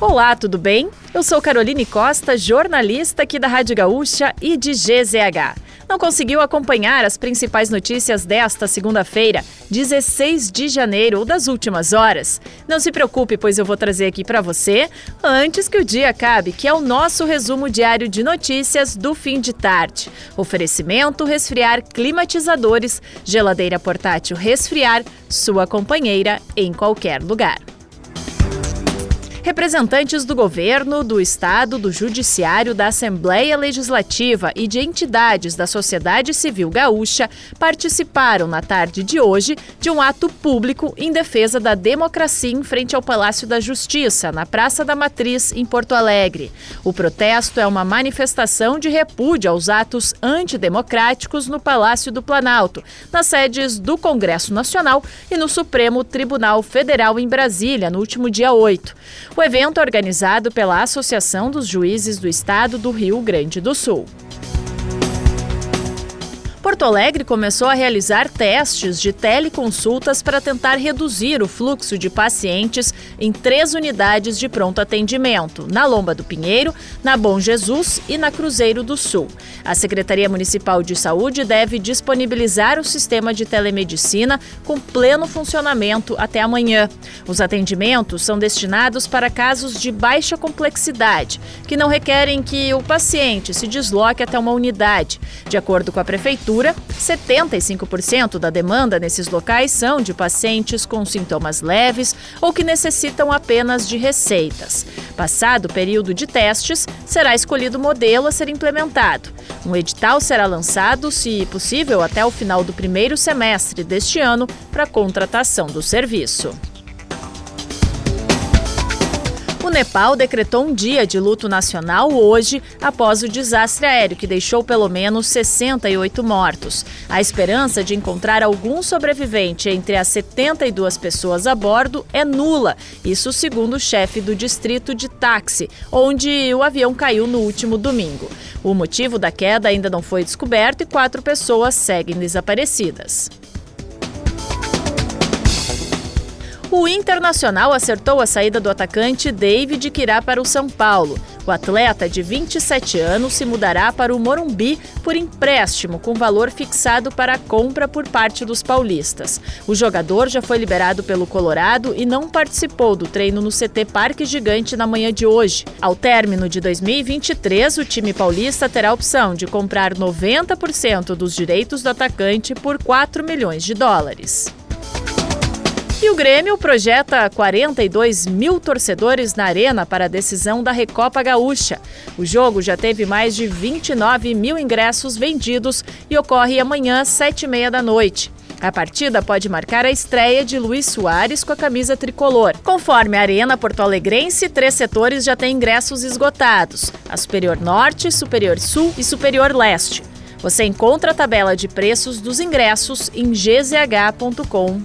Olá, tudo bem? Eu sou Caroline Costa, jornalista aqui da Rádio Gaúcha e de GZH. Não conseguiu acompanhar as principais notícias desta segunda-feira, 16 de janeiro ou das últimas horas? Não se preocupe, pois eu vou trazer aqui para você antes que o dia acabe, que é o nosso resumo diário de notícias do fim de tarde. Oferecimento, resfriar climatizadores, geladeira portátil resfriar, sua companheira em qualquer lugar. Representantes do governo, do Estado, do Judiciário, da Assembleia Legislativa e de entidades da sociedade civil gaúcha participaram na tarde de hoje de um ato público em defesa da democracia em frente ao Palácio da Justiça, na Praça da Matriz, em Porto Alegre. O protesto é uma manifestação de repúdio aos atos antidemocráticos no Palácio do Planalto, nas sedes do Congresso Nacional e no Supremo Tribunal Federal em Brasília, no último dia 8. O evento é organizado pela Associação dos Juízes do Estado do Rio Grande do Sul. Porto Alegre começou a realizar testes de teleconsultas para tentar reduzir o fluxo de pacientes em 3 unidades de pronto atendimento, na Lomba do Pinheiro, na Bom Jesus e na Cruzeiro do Sul. A Secretaria Municipal de Saúde deve disponibilizar o sistema de telemedicina com pleno funcionamento até amanhã. Os atendimentos são destinados para casos de baixa complexidade, que não requerem que o paciente se desloque até uma unidade. De acordo com a Prefeitura, 75% da demanda nesses locais são de pacientes com sintomas leves ou que necessitam apenas de receitas. Passado o período de testes, será escolhido o modelo a ser implementado. Um edital será lançado, se possível, até o final do primeiro semestre deste ano para a contratação do serviço. O Nepal decretou um dia de luto nacional hoje, após o desastre aéreo que deixou pelo menos 68 mortos. A esperança de encontrar algum sobrevivente entre as 72 pessoas a bordo é nula, isso segundo o chefe do distrito de Taxi, onde o avião caiu no último domingo. O motivo da queda ainda não foi descoberto e 4 pessoas seguem desaparecidas. O Internacional acertou a saída do atacante David, que irá para o São Paulo. O atleta de 27 anos se mudará para o Morumbi por empréstimo, com valor fixado para a compra por parte dos paulistas. O jogador já foi liberado pelo Colorado e não participou do treino no CT Parque Gigante na manhã de hoje. Ao término de 2023, o time paulista terá a opção de comprar 90% dos direitos do atacante por $4 milhões. E o Grêmio projeta 42 mil torcedores na arena para a decisão da Recopa Gaúcha. O jogo já teve mais de 29 mil ingressos vendidos e ocorre amanhã às 7h30 da noite. A partida pode marcar a estreia de Luís Soares com a camisa tricolor. Conforme a Arena porto-alegrense, 3 setores já têm ingressos esgotados: a Superior Norte, Superior Sul e Superior Leste. Você encontra a tabela de preços dos ingressos em gzh.com.br.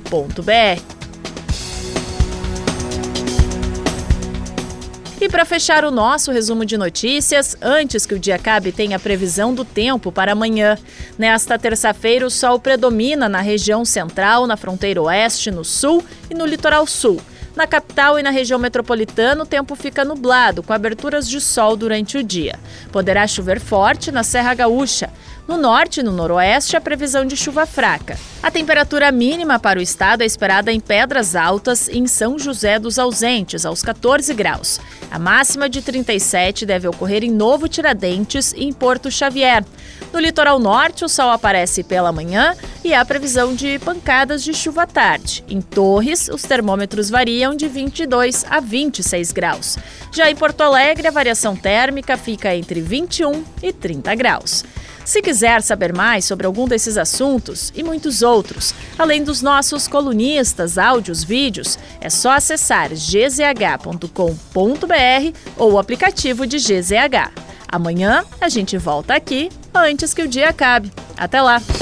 E para fechar o nosso resumo de notícias, antes que o dia acabe, tem a previsão do tempo para amanhã. Nesta terça-feira, o sol predomina na região central, na fronteira oeste, no sul e no litoral sul. Na capital e na região metropolitana, o tempo fica nublado, com aberturas de sol durante o dia. Poderá chover forte na Serra Gaúcha. No norte e no noroeste, a previsão de chuva fraca. A temperatura mínima para o estado é esperada em Pedras Altas e em São José dos Ausentes, aos 14 graus. A máxima de 37 deve ocorrer em Novo Tiradentes e em Porto Xavier. No litoral norte, o sol aparece pela manhã e há previsão de pancadas de chuva à tarde. Em Torres, os termômetros variam de 22 a 26 graus. Já em Porto Alegre, a variação térmica fica entre 21 e 30 graus. Se quiser saber mais sobre algum desses assuntos e muitos outros, além dos nossos colunistas, áudios, vídeos, é só acessar gzh.com.br ou o aplicativo de GZH. Amanhã a gente volta aqui antes que o dia acabe. Até lá!